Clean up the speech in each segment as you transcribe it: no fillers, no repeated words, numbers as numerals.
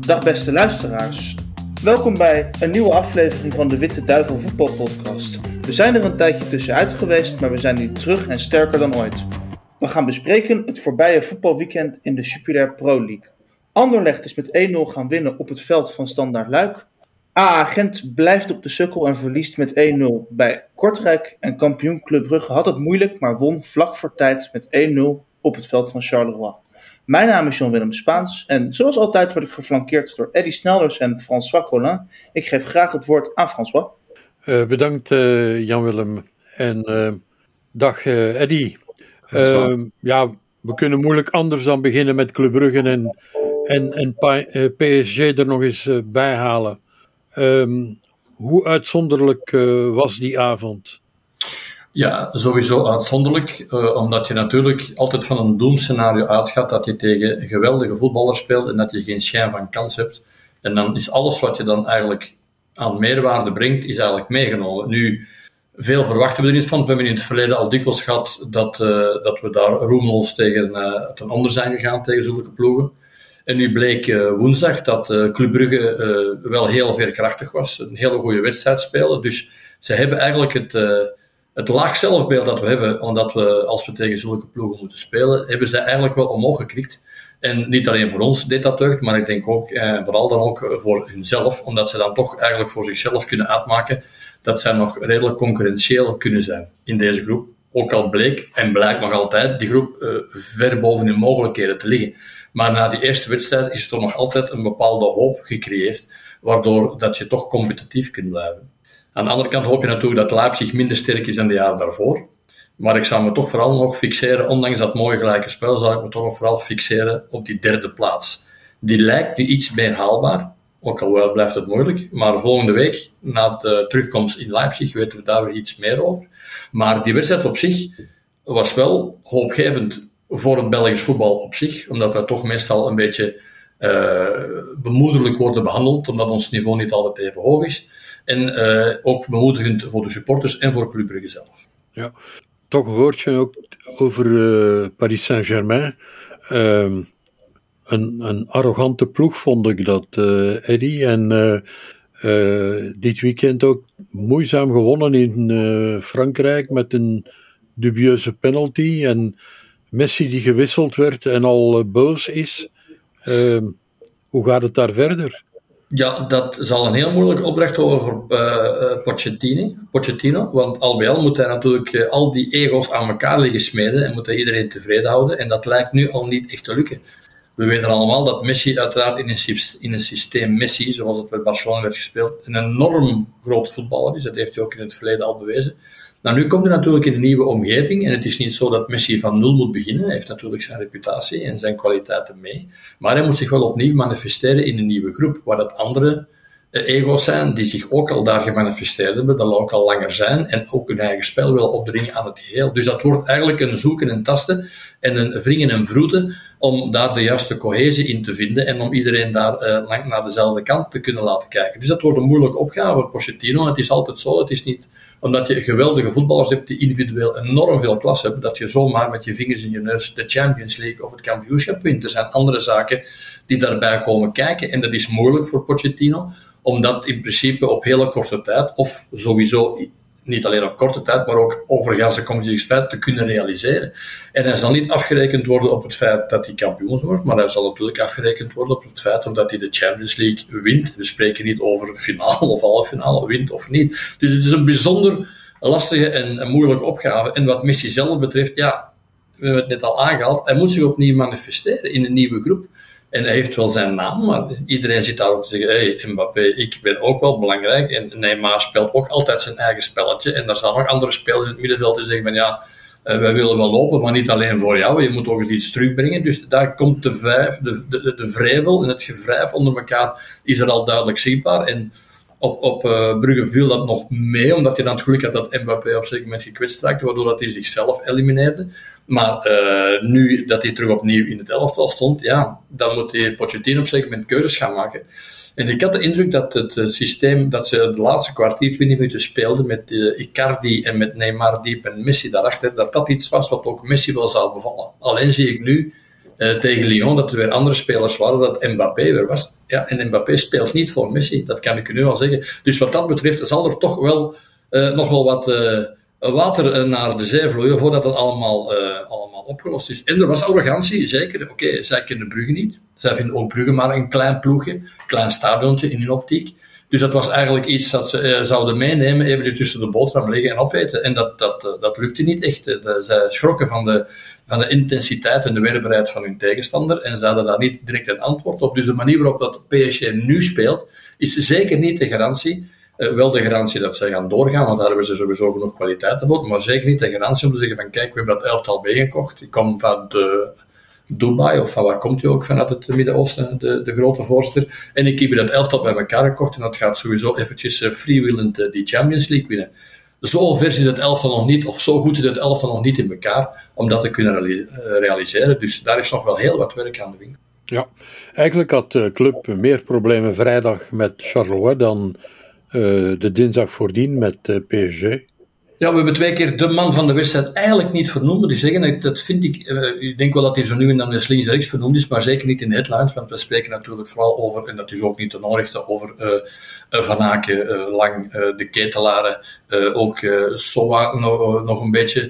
Dag beste luisteraars. Welkom bij een nieuwe aflevering van de Witte Duivel voetbalpodcast. We zijn er een tijdje tussenuit geweest, maar we zijn nu terug en sterker dan ooit. We gaan bespreken het voorbije voetbalweekend in de Jupiler Pro League. Anderlecht is met 1-0 gaan winnen op het veld van Standaard Luik. AA Gent blijft op de sukkel en verliest met 1-0 bij Kortrijk. En kampioen Club Brugge had het moeilijk, maar won vlak voor tijd met 1-0 op het veld van Charleroi. Mijn naam is Jan-Willem Spaans en zoals altijd word ik geflankeerd door Eddy Snelders en François Collin. Ik geef graag het woord aan François. Bedankt Jan-Willem en dag Eddy. We kunnen moeilijk anders dan beginnen met Club Brugge en PSG er nog eens bij halen. Hoe uitzonderlijk was die avond? Ja, sowieso uitzonderlijk, omdat je natuurlijk altijd van een doemscenario uitgaat dat je tegen geweldige voetballers speelt en dat je geen schijn van kans hebt. En dan is alles wat je dan eigenlijk aan meerwaarde brengt, is eigenlijk meegenomen. Nu, veel verwachten we er niet van. We hebben in het verleden al dikwijls gehad dat we daar roemeloos ten onder zijn gegaan tegen zulke ploegen. En nu bleek woensdag dat Club Brugge wel heel veerkrachtig was. Een hele goede wedstrijd spelen. Dus ze hebben eigenlijk het laag zelfbeeld dat we hebben, omdat we, als we tegen zulke ploegen moeten spelen, hebben ze eigenlijk wel omhoog gekrikt. En niet alleen voor ons deed dat deugd, maar ik denk ook, vooral dan ook voor hunzelf, omdat ze dan toch eigenlijk voor zichzelf kunnen uitmaken dat zij nog redelijk concurrentieel kunnen zijn in deze groep. Ook al bleek, en blijkt nog altijd, die groep ver boven hun mogelijkheden te liggen. Maar na die eerste wedstrijd is er toch nog altijd een bepaalde hoop gecreëerd, waardoor dat je toch competitief kunt blijven. Aan de andere kant hoop je natuurlijk dat Leipzig minder sterk is dan de jaren daarvoor. Maar ik zou me toch vooral nog fixeren, ondanks dat mooie gelijke spel, zou ik me toch nog vooral fixeren op die derde plaats. Die lijkt nu iets meer haalbaar, ook al wel blijft het moeilijk. Maar volgende week, na de terugkomst in Leipzig, weten we daar weer iets meer over. Maar die wedstrijd op zich was wel hoopgevend voor het Belgisch voetbal op zich, omdat we toch meestal een beetje bemoediglijk worden behandeld, omdat ons niveau niet altijd even hoog is. En ook bemoedigend voor de supporters en voor Club Brugge zelf. Ja, toch een woordje ook over Paris Saint-Germain. Een arrogante ploeg vond ik dat, Eddy. En dit weekend ook moeizaam gewonnen in Frankrijk met een dubieuze penalty. En Messi die gewisseld werd en al boos is. Hoe gaat het daar verder? Ja, dat zal een heel moeilijke opdracht worden voor Pochettino, want al bij al moet hij natuurlijk al die ego's aan elkaar liggen smeden en moet hij iedereen tevreden houden en dat lijkt nu al niet echt te lukken. We weten allemaal dat Messi uiteraard in een systeem Messi, zoals het bij Barcelona werd gespeeld, een enorm groot voetballer is. Dat heeft hij ook in het verleden al bewezen. Nou, nu komt hij natuurlijk in een nieuwe omgeving en het is niet zo dat Messi van nul moet beginnen. Hij heeft natuurlijk zijn reputatie en zijn kwaliteiten mee. Maar hij moet zich wel opnieuw manifesteren in een nieuwe groep, waar dat andere ego's zijn die zich ook al daar gemanifesteerd hebben, dat ook al langer zijn en ook hun eigen spel willen opdringen aan het geheel. Dus dat wordt eigenlijk een zoeken en tasten en een wringen en vroeten om daar de juiste cohesie in te vinden en om iedereen daar lang naar dezelfde kant te kunnen laten kijken. Dus dat wordt een moeilijke opgave voor Pochettino. Het is altijd zo, het is niet omdat je geweldige voetballers hebt die individueel enorm veel klas hebben, dat je zomaar met je vingers in je neus de Champions League of het kampioenschap wint. Er zijn andere zaken die daarbij komen kijken en dat is moeilijk voor Pochettino, omdat in principe op hele korte tijd, of sowieso niet alleen op korte tijd, maar ook overgaans de competitiespijt te kunnen realiseren. En hij zal niet afgerekend worden op het feit dat hij kampioen wordt, maar hij zal natuurlijk afgerekend worden op het feit of dat hij de Champions League wint. We spreken niet over finale of halve finale, wint of niet. Dus het is een bijzonder lastige en moeilijke opgave. En wat Messi zelf betreft, ja, we hebben het net al aangehaald, hij moet zich opnieuw manifesteren in een nieuwe groep. En hij heeft wel zijn naam, maar iedereen zit daar ook te zeggen, hey, Mbappé, ik ben ook wel belangrijk. En Neymar speelt ook altijd zijn eigen spelletje. En daar staan nog andere spelers in het middenveld die zeggen van ja, wij willen wel lopen, maar niet alleen voor jou. Je moet ook eens iets terugbrengen. Dus daar komt de vrevel en het gevrijf onder elkaar is er al duidelijk zichtbaar. En op Brugge viel dat nog mee, omdat hij dan het geluk had dat Mbappé op een zeker moment gekwetst raakte, waardoor dat hij zichzelf elimineerde. Maar nu dat hij terug opnieuw in het elftal stond, ja, dan moet hij Pochettino op een zeker moment keuzes gaan maken. En ik had de indruk dat het systeem dat ze het laatste kwartier, 20 minuten speelden met Icardi en met Neymar diep en Messi daarachter, dat iets was wat ook Messi wel zou bevallen. Alleen zie ik nu tegen Lyon, dat er weer andere spelers waren, dat Mbappé weer was. Ja, en Mbappé speelt niet voor Messi, dat kan ik u nu al zeggen. Dus wat dat betreft zal er toch wel nog wel wat water naar de zee vloeien voordat het allemaal opgelost is. En er was arrogantie, zeker. Oké, zij kennen Brugge niet. Zij vinden ook Brugge maar een klein ploegje, een klein stadiontje in hun optiek. Dus dat was eigenlijk iets dat ze zouden meenemen, eventjes tussen de boterham liggen en opeten. En dat lukte niet echt. Zij schrokken van de intensiteit en de weerbaarheid van hun tegenstander en ze hadden daar niet direct een antwoord op. Dus de manier waarop dat PSG nu speelt, is zeker niet de garantie. Wel de garantie dat zij gaan doorgaan, want daar hebben ze sowieso genoeg kwaliteiten voor, maar zeker niet de garantie om te zeggen van kijk, we hebben dat elftal meegekocht. Ik kom van Dubai, of van waar komt hij ook, vanuit het Midden-Oosten, de grote voorzitter. En ik heb dat elftal bij elkaar gekocht en dat gaat sowieso eventjes freewillend die Champions League winnen. Zo ver zit het elftal nog niet, of zo goed zit het elftal nog niet in elkaar, om dat te kunnen realiseren. Dus daar is nog wel heel wat werk aan de winkel. Ja, eigenlijk had de club meer problemen vrijdag met Charleroi dan de dinsdag voordien met PSG. Ja, we hebben 2 keer de man van de wedstrijd eigenlijk niet vernoemd, moet ik zeggen. Dat vind ik denk wel dat hij zo nu en dan eens links en rechts vernoemd is, maar zeker niet in de headlines, want we spreken natuurlijk vooral over, en dat is ook niet ten onrechte, over Van Aken, Lang, de Ketelaren, ook Soa nog een beetje.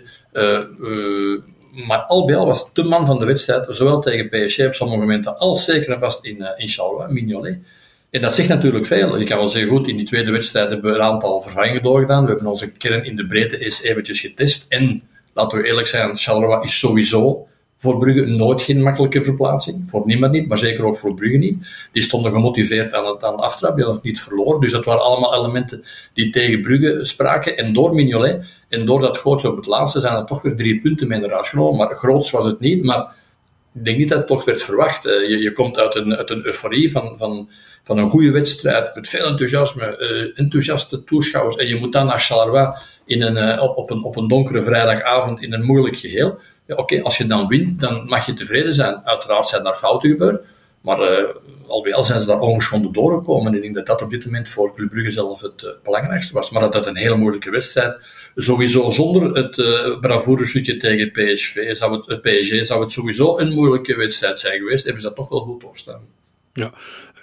Maar al bij al was de man van de wedstrijd, zowel tegen PSG op sommige momenten, als zeker en vast in Charleroi, Mignolet. En dat zegt natuurlijk veel. Je kan wel zeggen, goed, in die tweede wedstrijd hebben we een aantal vervangingen doorgedaan. We hebben onze kern in de breedte eens eventjes getest. En, laten we eerlijk zijn, Charleroi is sowieso voor Brugge nooit geen makkelijke verplaatsing. Voor niemand niet, maar zeker ook voor Brugge niet. Die stonden gemotiveerd aan de aftrap, die hadden nog niet verloren. Dus dat waren allemaal elementen die tegen Brugge spraken. En door Mignolet en door dat gootje op het laatste zijn er toch weer 3 punten mee naar huis genomen. Maar groots was het niet, maar ik denk niet dat het toch werd verwacht. Je komt uit een euforie van een goede wedstrijd, met veel enthousiasme, enthousiaste toeschouwers, en je moet dan naar Charleroi op een donkere vrijdagavond in een moeilijk geheel. Ja, oké, als je dan wint, dan mag je tevreden zijn. Uiteraard zijn daar fouten gebeurd, maar al bij al zijn ze daar ongeschonden doorgekomen. En ik denk dat dat op dit moment voor Club Brugge zelf het belangrijkste was. Maar dat een hele moeilijke wedstrijd. Sowieso zonder het bravoure-shootje tegen PSG zou het sowieso een moeilijke wedstrijd zijn geweest. Hebben ze dat toch wel goed doorstaan. Ja,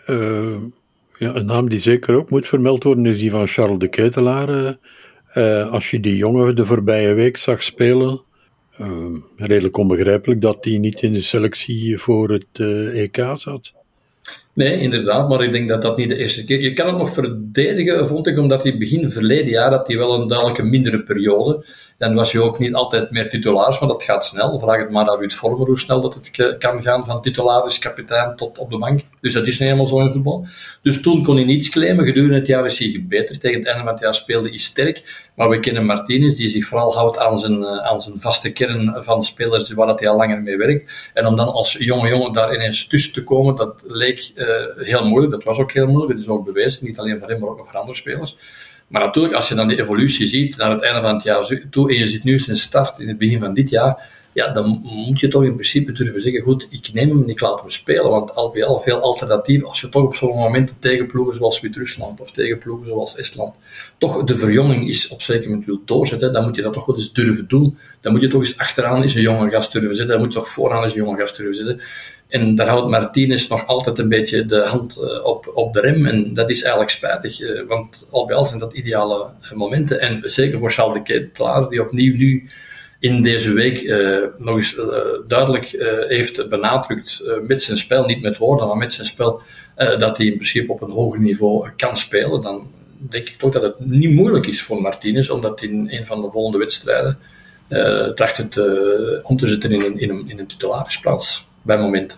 een naam die zeker ook moet vermeld worden is die van Charles de Ketelaar. Als je die jongen de voorbije week zag spelen, redelijk onbegrijpelijk dat hij niet in de selectie voor het EK zat. Nee, inderdaad, maar ik denk dat dat niet de eerste keer... Je kan het nog verdedigen, vond ik, omdat hij begin verleden jaar had hij wel een duidelijke mindere periode. Dan was je ook niet altijd meer titularis, maar dat gaat snel. Vraag het maar aan Ruud Vormer hoe snel dat het kan gaan van titularis, kapitein tot op de bank. Dus dat is niet helemaal zo in voetbal. Dus toen kon hij niets claimen. Gedurende het jaar is hij gebeterd. Tegen het einde van het jaar speelde hij sterk. Maar we kennen Martinez, die zich vooral houdt aan zijn vaste kern van spelers waar hij al langer mee werkt. En om dan als jonge daar ineens tussen te komen, dat leek heel moeilijk. Dat was ook heel moeilijk. Dat is ook bewezen. Niet alleen voor hem, maar ook voor andere spelers. Maar natuurlijk, als je dan die evolutie ziet naar het einde van het jaar toe, en je ziet nu zijn start in het begin van dit jaar, ja, dan moet je toch in principe durven zeggen, goed, ik neem hem en ik laat hem spelen, want al bij al veel alternatief, als je toch op zo'n momenten tegen ploegen zoals Wit-Rusland of tegen ploegen zoals Estland, toch de verjonging is op zeker moment wilt doorzetten, dan moet je dat toch wel eens durven doen. Dan moet je toch eens achteraan eens een jonge gast durven zetten, dan moet je toch vooraan eens een jonge gast durven zetten. En daar houdt Martinez nog altijd een beetje de hand op de rem. En dat is eigenlijk spijtig, want al bij al zijn dat ideale momenten. En zeker voor Charles de Ketelaar, die opnieuw nu in deze week nog eens duidelijk heeft benadrukt met zijn spel, niet met woorden, maar met zijn spel, dat hij in principe op een hoger niveau kan spelen. Dan denk ik toch dat het niet moeilijk is voor Martinez, omdat in een van de volgende wedstrijden tracht het om te zetten in een titularisplaats. Bij momenten.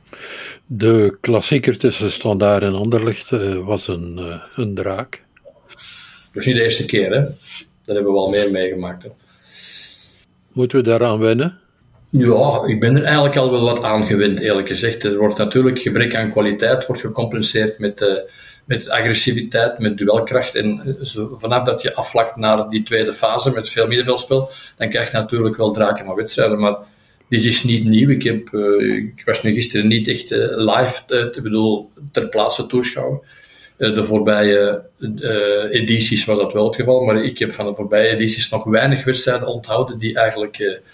De klassieker tussen Standaard en Anderlecht was een draak. Dat is niet de eerste keer, hè? Dat hebben we al meer meegemaakt. Hè? Moeten we daaraan wennen? Ja, ik ben er eigenlijk al wel wat aan gewend, eerlijk gezegd. Er wordt natuurlijk gebrek aan kwaliteit wordt gecompenseerd met agressiviteit, met duelkracht. En vanaf dat je afvlakt naar die tweede fase met veel middenveldspel, dan krijg je natuurlijk wel draken van wedstrijden, maar dit is niet nieuw. Ik was nu gisteren niet echt live, ter plaatse toeschouwer. De voorbije edities was dat wel het geval, maar ik heb van de voorbije edities nog weinig wedstrijden onthouden die eigenlijk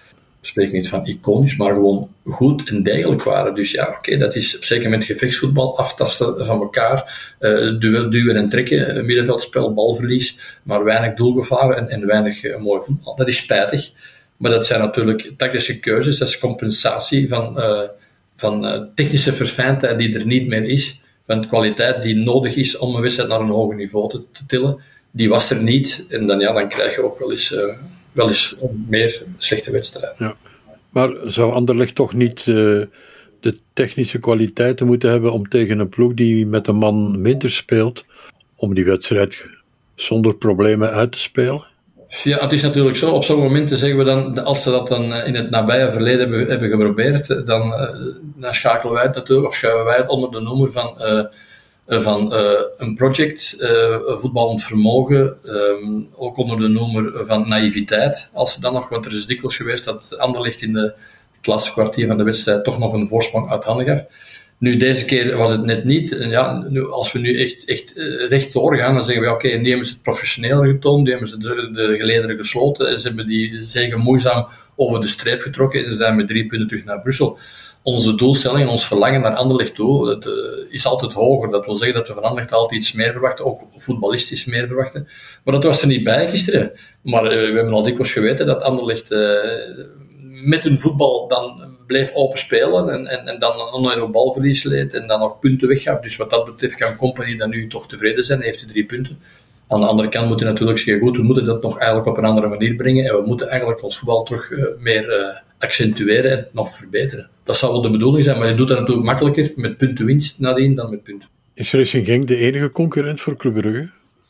spreek niet van iconisch, maar gewoon goed en degelijk waren. Dus ja, oké, dat is zeker met gevechtsvoetbal, aftasten van elkaar, duwen en trekken, middenveldspel, balverlies, maar weinig doelgevaren en weinig mooi voetbal. Dat is spijtig, maar dat zijn natuurlijk tactische keuzes, dat is compensatie van technische verfijndheid die er niet meer is, van de kwaliteit die nodig is om een wedstrijd naar een hoger niveau te tillen. Die was er niet, en dan krijg je ook wel eens meer slechte wedstrijden. Ja. Maar zou Anderlecht toch niet de technische kwaliteiten moeten hebben om tegen een ploeg die met een man minder speelt, om die wedstrijd zonder problemen uit te spelen? Ja, het is natuurlijk zo. Op sommige momenten zeggen we dan, als ze dat dan in het nabije verleden hebben geprobeerd, dan schakelen wij het natuurlijk, of schuiven wij het onder de noemer van een project, voetballend vermogen, ook onder de noemer van naïviteit. Als ze dan nog, want er is dikwijls geweest dat Anderlecht in het laatste kwartier van de wedstrijd toch nog een voorsprong uit handen gaf. Nu, deze keer was het net niet. En ja, nu, als we nu echt recht doorgaan, dan zeggen we, oké, nu hebben ze het professioneler getoond, nu hebben ze de gelederen gesloten, en ze hebben die zege moeizaam over de streep getrokken, en ze zijn met 3 punten terug naar Brussel. Onze doelstelling, ons verlangen naar Anderlecht toe, is altijd hoger. Dat wil zeggen dat we van Anderlecht altijd iets meer verwachten, ook voetballistisch meer verwachten. Maar dat was er niet bij gisteren. Maar we hebben al dikwijls geweten dat Anderlecht met hun voetbal dan bleef open spelen en dan nog een balverlies leed en dan nog punten weggaf. Dus wat dat betreft kan Company dan nu toch tevreden zijn, heeft hij 3 punten. Aan de andere kant moeten we natuurlijk zeggen, goed, we moeten dat nog eigenlijk op een andere manier brengen en we moeten eigenlijk ons voetbal terug meer accentueren en nog verbeteren. Dat zou wel de bedoeling zijn, maar je doet dat natuurlijk makkelijker met puntenwinst nadien dan met punten. Is Racing Genk de enige concurrent voor Club Brugge?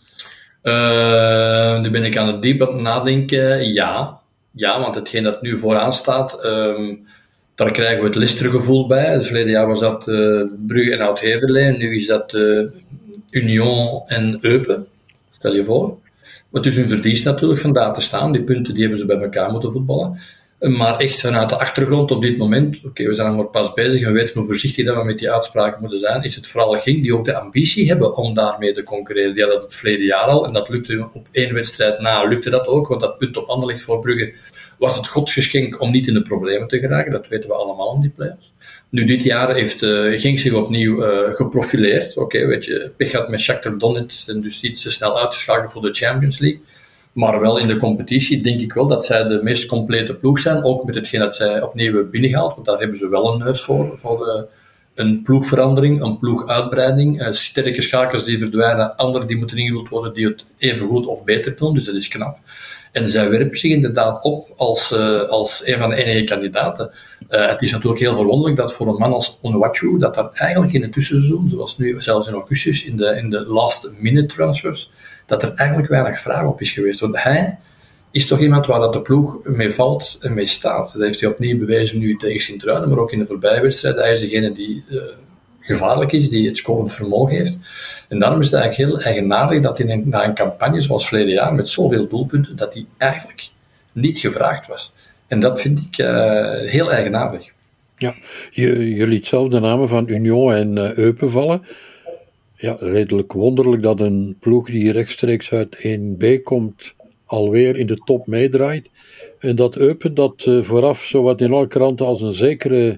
Nu ben ik aan het diep aan het nadenken. Ja, want hetgeen dat nu vooraan staat, daar krijgen we het Leicester-gevoel bij. Het verleden jaar was dat Brugge en Oud-Heverlee. Nu is dat Union en Eupen. Stel je voor. Het is hun verdienst natuurlijk van daar te staan. Die punten die hebben ze bij elkaar moeten voetballen. Maar echt vanuit de achtergrond op dit moment, oké, we zijn nog maar pas bezig en we weten hoe voorzichtig dat we met die uitspraken moeten zijn, is het vooral Genk die ook de ambitie hebben om daarmee te concurreren. Die hadden het verleden jaar al en dat lukte op 1 wedstrijd na, lukte dat ook, want dat punt op Anderlecht voor Brugge was het godsgeschenk om niet in de problemen te geraken. Dat weten we allemaal in die play-offs. Nu, dit jaar heeft Genk zich opnieuw geprofileerd. Oké, weet je, pech had met Shakhtar Donetsk en dus iets te snel uitgeschakeld voor de Champions League. Maar wel in de competitie denk ik wel dat zij de meest complete ploeg zijn. Ook met hetgeen dat zij opnieuw hebben binnengehaald. Want daar hebben ze wel een neus voor een ploegverandering, een ploeguitbreiding. Sterke schakels die verdwijnen, anderen die moeten ingevuld worden die het even goed of beter doen. Dus dat is knap. En zij werpen zich inderdaad op als een van de enige kandidaten. Het is natuurlijk heel verwonderlijk dat voor een man als Onuachu, dat daar eigenlijk in het tussenseizoen, zoals nu zelfs in augustus, in de last-minute transfers, dat er eigenlijk weinig vraag op is geweest. Want hij is toch iemand waar dat de ploeg mee valt en mee staat. Dat heeft hij opnieuw bewezen nu tegen Sint-Truiden, maar ook in de voorbije wedstrijd. Hij is degene die gevaarlijk is, die het scorend vermogen heeft. En daarom is het eigenlijk heel eigenaardig dat na een campagne zoals verleden jaar, met zoveel doelpunten, dat hij eigenlijk niet gevraagd was. En dat vind ik heel eigenaardig. Ja, je liet zelf de namen van Union en Eupen vallen. Ja, redelijk wonderlijk dat een ploeg die rechtstreeks uit 1B komt, alweer in de top meedraait. En dat Eupen dat vooraf zowat in alle kranten als een zekere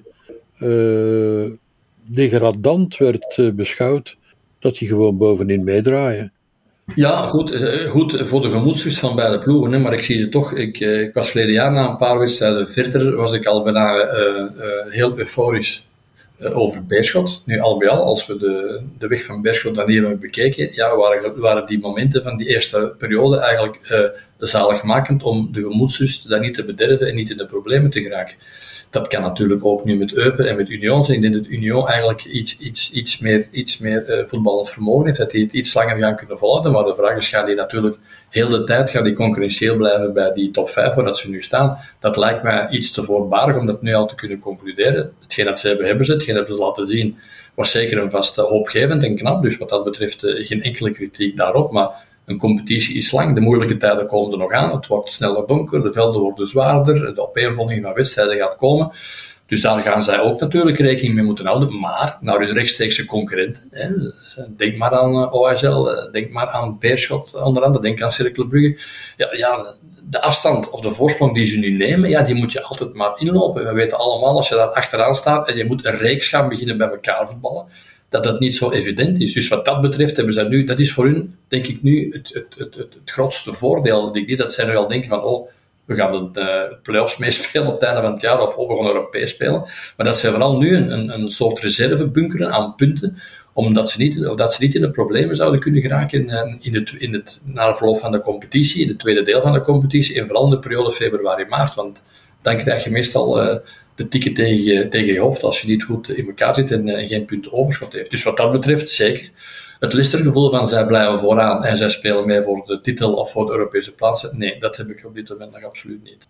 degradant werd beschouwd, dat die gewoon bovenin meedraaien. Ja, goed voor de gemoedsrust van beide ploegen, hè, maar ik zie ze toch. Ik was verleden jaar na een paar wedstrijden verder, was ik al bijna heel euforisch over Beerschot. Nu al bij al, als we de weg van Beerschot dan hier hebben bekeken, ja, waren die momenten van die eerste periode eigenlijk zaligmakend om de gemoedsrust daar niet te bederven en niet in de problemen te geraken. Dat kan natuurlijk ook nu met Eupen en met Union zijn. Ik denk dat Union eigenlijk iets meer voetballend vermogen heeft, dat die het iets langer gaan kunnen volhouden. Maar de vraag is, gaan die natuurlijk heel de tijd concurrentieel blijven bij die top 5 waar dat ze nu staan? Dat lijkt mij iets te voorbarig om dat nu al te kunnen concluderen. Hetgeen dat ze hebben ze. Hetgeen dat ze laten zien was zeker een vast hoopgevend en knap. Dus wat dat betreft geen enkele kritiek daarop. Maar een competitie is lang, de moeilijke tijden komen er nog aan, het wordt sneller donker, de velden worden zwaarder, de opeenvolging van wedstrijden gaat komen. Dus daar gaan zij ook natuurlijk rekening mee moeten houden. Maar naar hun rechtstreekse concurrenten. Hè. Denk maar aan OHL, denk maar aan Beerschot onder andere, denk aan Cercle Brugge. Ja, de afstand of de voorsprong die ze nu nemen, die moet je altijd maar inlopen. We weten allemaal, als je daar achteraan staat en je moet een reeks gaan beginnen bij elkaar voetballen, dat niet zo evident is. Dus wat dat betreft hebben zij nu, dat is voor hun, denk ik nu, het grootste voordeel. Ik denk niet dat zij nu al denken van, we gaan de play-offs meespelen op het einde van het jaar, of we gaan Europees spelen. Maar dat zij vooral nu een soort reserve bunkeren aan punten, omdat ze niet in de problemen zouden kunnen geraken na de verloop van de competitie, in het tweede deel van de competitie, en vooral in de periode februari-maart. Want dan krijg je meestal de ticket tegen je hoofd als je niet goed in elkaar zit en geen punten overschot heeft. Dus wat dat betreft, zeker. Het Leicester-gevoel van zij blijven vooraan en zij spelen mee voor de titel of voor de Europese plaatsen, nee, dat heb ik op dit moment nog absoluut niet.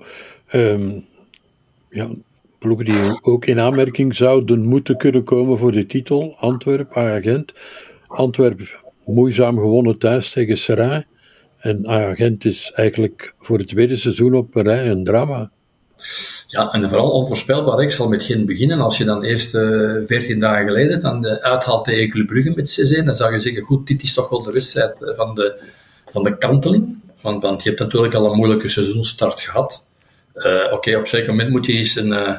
Ploegen die ook in aanmerking zouden moeten kunnen komen voor de titel, Antwerpen, Agent. Antwerpen moeizaam gewonnen thuis tegen Serrain. En Agent is eigenlijk voor het tweede seizoen op een rij een drama. Ja, en vooral onvoorspelbaar. Ik zal met Gent beginnen. Als je dan eerst 14 dagen geleden dan uithaalt tegen Club Brugge met 6-1, dan zou je zeggen, goed, dit is toch wel de wedstrijd van de kanteling. Want je hebt natuurlijk al een moeilijke seizoenstart gehad. Oké, op een zeker moment moet je eens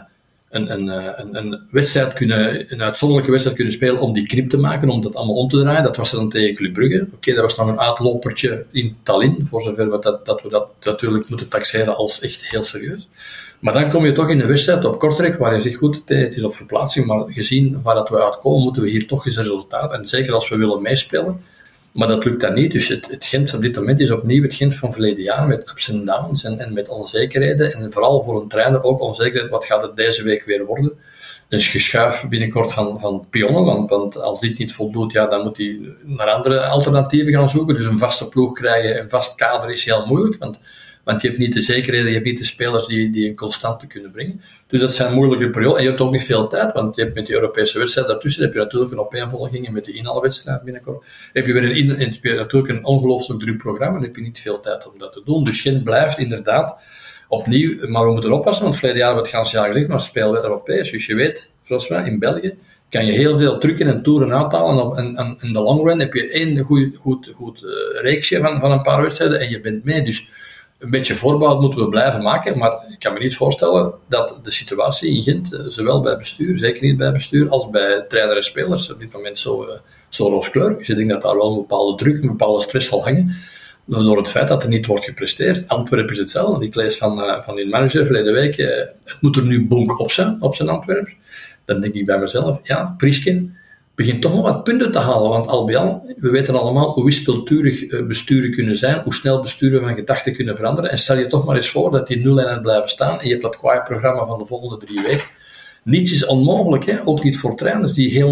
een wedstrijd een uitzonderlijke wedstrijd kunnen spelen om die knip te maken, om dat allemaal om te draaien. Dat was er dan tegen Club Brugge. Oké, dat was nog een uitlopertje in Tallinn, voor zover dat we dat natuurlijk moeten taxeren als echt heel serieus. Maar dan kom je toch in een wedstrijd op Kortrijk, waar je zegt, goed, het is op verplaatsing, maar gezien waar dat we uitkomen, moeten we hier toch eens een resultaat. En zeker als we willen meespelen. Maar dat lukt dan niet. Dus het Gent op dit moment is opnieuw het Gent van verleden jaar, met ups en downs en met onzekerheden. En vooral voor een trainer ook onzekerheid, wat gaat het deze week weer worden? Dus geschuif binnenkort van pionnen, want als dit niet voldoet, dan moet hij naar andere alternatieven gaan zoeken. Dus een vaste ploeg krijgen, een vast kader is heel moeilijk, want je hebt niet de zekerheden, je hebt niet de spelers die een constante kunnen brengen. Dus dat zijn moeilijke perioden. En je hebt ook niet veel tijd, want je hebt met die Europese wedstrijd daartussen heb je natuurlijk een opeenvolging en met de inhaalwedstrijd binnenkort heb je weer natuurlijk een ongelooflijk druk programma en heb je niet veel tijd om dat te doen. Dus Gent blijft inderdaad opnieuw, maar we moeten oppassen, want verleden jaar hebben we het ganse jaar gezegd, maar spelen we Europees. Dus je weet, François, in België kan je heel veel trucken en toeren uithalen en in de long run heb je één goed reeksje van een paar wedstrijden en je bent mee. Dus een beetje voorbouw moeten we blijven maken, maar ik kan me niet voorstellen dat de situatie in Gent, zowel bij bestuur, zeker niet bij bestuur, als bij trainer en spelers, op dit moment zo rooskleurig is. Ik denk dat daar wel een bepaalde druk, een bepaalde stress zal hangen, door het feit dat er niet wordt gepresteerd. Antwerpen is hetzelfde. Ik lees van hun manager verleden week, het moet er nu bonk op zijn Antwerps. Dan denk ik bij mezelf, Priske begint toch nog wat punten te halen, want al bij al, we weten allemaal hoe wispelturig besturen kunnen zijn, hoe snel besturen van gedachten kunnen veranderen, en stel je toch maar eens voor dat die nullijnen blijven staan, en je hebt dat kwaai-programma van de volgende 3 weken. Niets is onmogelijk, hè? Ook niet voor trainers die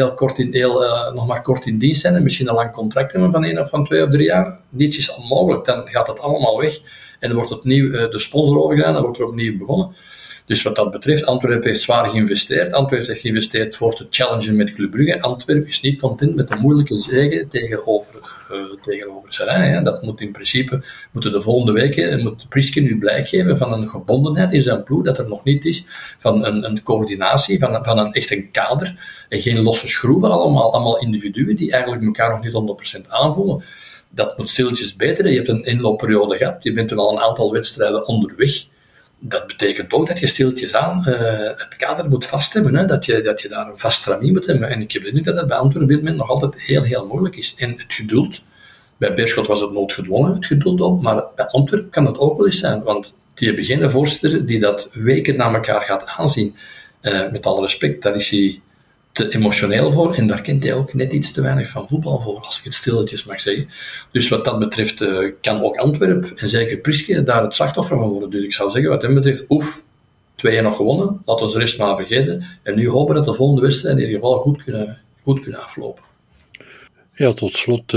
nog maar kort in dienst zijn en misschien een lang contract hebben van 1 of van 2 of 3 jaar. Niets is onmogelijk, dan gaat het allemaal weg en dan wordt opnieuw de sponsor overgedaan, dan wordt er opnieuw begonnen. Dus wat dat betreft, Antwerpen heeft zwaar geïnvesteerd. Antwerpen heeft geïnvesteerd voor te challengen met Club Brugge. Antwerpen is niet content met de moeilijke zege tegenover Serrain. Dat moet in principe, moeten de volgende weken, moet Priske nu blijk geven van een gebondenheid in zijn ploeg, dat er nog niet is, van een coördinatie, van echt een kader, en geen losse schroeven allemaal individuen die eigenlijk elkaar nog niet 100% aanvoelen. Dat moet stilletjes beteren. Je hebt een inloopperiode gehad, je bent toen al een aantal wedstrijden onderweg. Dat betekent ook dat je stilletjes aan het kader moet vast hebben, hè? Dat je daar een vast stramien moet hebben. En ik heb de indruk dat het bij Antwerpen op dit moment nog altijd heel, heel moeilijk is. En het geduld, bij Beerschot was het noodgedwongen, het geduld ook, maar bij Antwerpen kan het ook wel eens zijn, want die hebben geen voorzitter die dat weken na elkaar gaat aanzien. Met alle respect, daar is hij te emotioneel voor en daar kent hij ook net iets te weinig van voetbal voor, als ik het stilletjes mag zeggen. Dus wat dat betreft kan ook Antwerpen en zeker Priske daar het slachtoffer van worden. Dus ik zou zeggen, wat hem betreft, 2 nog gewonnen, laten we de rest maar vergeten en nu hopen dat de volgende wedstrijd in ieder geval goed kunnen aflopen. Ja, tot slot,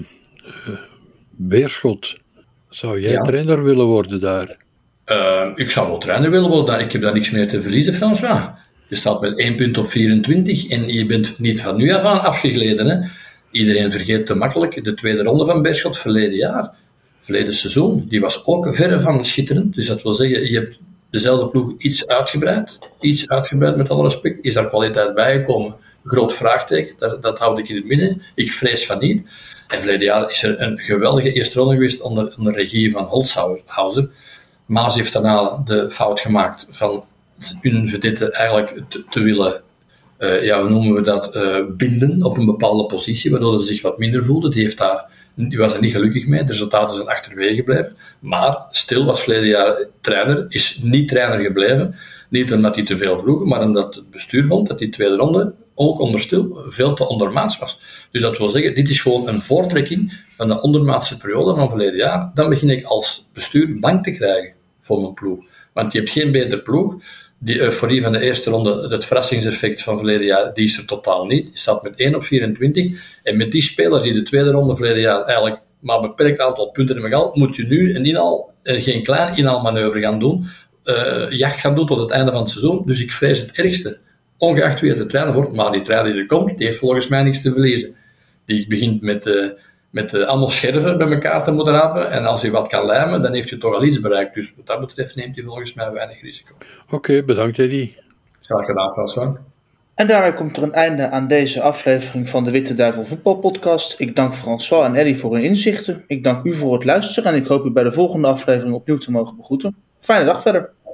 Beerschot. Zou jij trainer willen worden daar? Ik zou wel trainer willen worden daar. Ik heb daar niks meer te verliezen, François. Je staat met 1 punt op 24 en je bent niet van nu af aan afgegleden. Hè? Iedereen vergeet te makkelijk de tweede ronde van Beerschot verleden seizoen. Die was ook verre van schitterend. Dus dat wil zeggen, je hebt dezelfde ploeg iets uitgebreid met alle respect. Is daar kwaliteit bijgekomen? Groot vraagteken, dat houd ik in het midden. Ik vrees van niet. En verleden jaar is er een geweldige eerste ronde geweest onder regie van Holzhauser. Maas heeft daarna de fout gemaakt van hun vedette eigenlijk te willen, hoe noemen we dat, binden op een bepaalde positie, waardoor ze zich wat minder voelde. Die was er niet gelukkig mee, de resultaten zijn achterwege gebleven. Maar Stil was verleden jaar trainer, is niet trainer gebleven. Niet omdat hij te veel vroeg, maar omdat het bestuur vond dat die tweede ronde, ook onder Stil, veel te ondermaats was. Dus dat wil zeggen, dit is gewoon een voortrekking van de ondermaatse periode van verleden jaar. Dan begin ik als bestuur bang te krijgen voor mijn ploeg. Want je hebt geen betere ploeg. Die euforie van de eerste ronde, het verrassingseffect van verleden jaar, die is er totaal niet. Je staat met 1 op 24. En met die spelers die de tweede ronde verleden jaar eigenlijk maar een beperkt aantal punten hebben gehaald, moet je nu geen klein inhaalmanoeuvre gaan doen, jacht gaan doen tot het einde van het seizoen. Dus ik vrees het ergste. Ongeacht wie het de trainer wordt, maar die trainer die er komt, die heeft volgens mij niks te verliezen. Die begint met allemaal scherven bij elkaar te moeten rapen. En als hij wat kan lijmen, dan heeft hij toch al iets bereikt. Dus wat dat betreft neemt hij volgens mij weinig risico. Oké, bedankt Eddy. Graag gedaan, François. En daarmee komt er een einde aan deze aflevering van de Witte Duivel Voetbalpodcast. Ik dank François en Eddy voor hun inzichten. Ik dank u voor het luisteren en ik hoop u bij de volgende aflevering opnieuw te mogen begroeten. Fijne dag verder.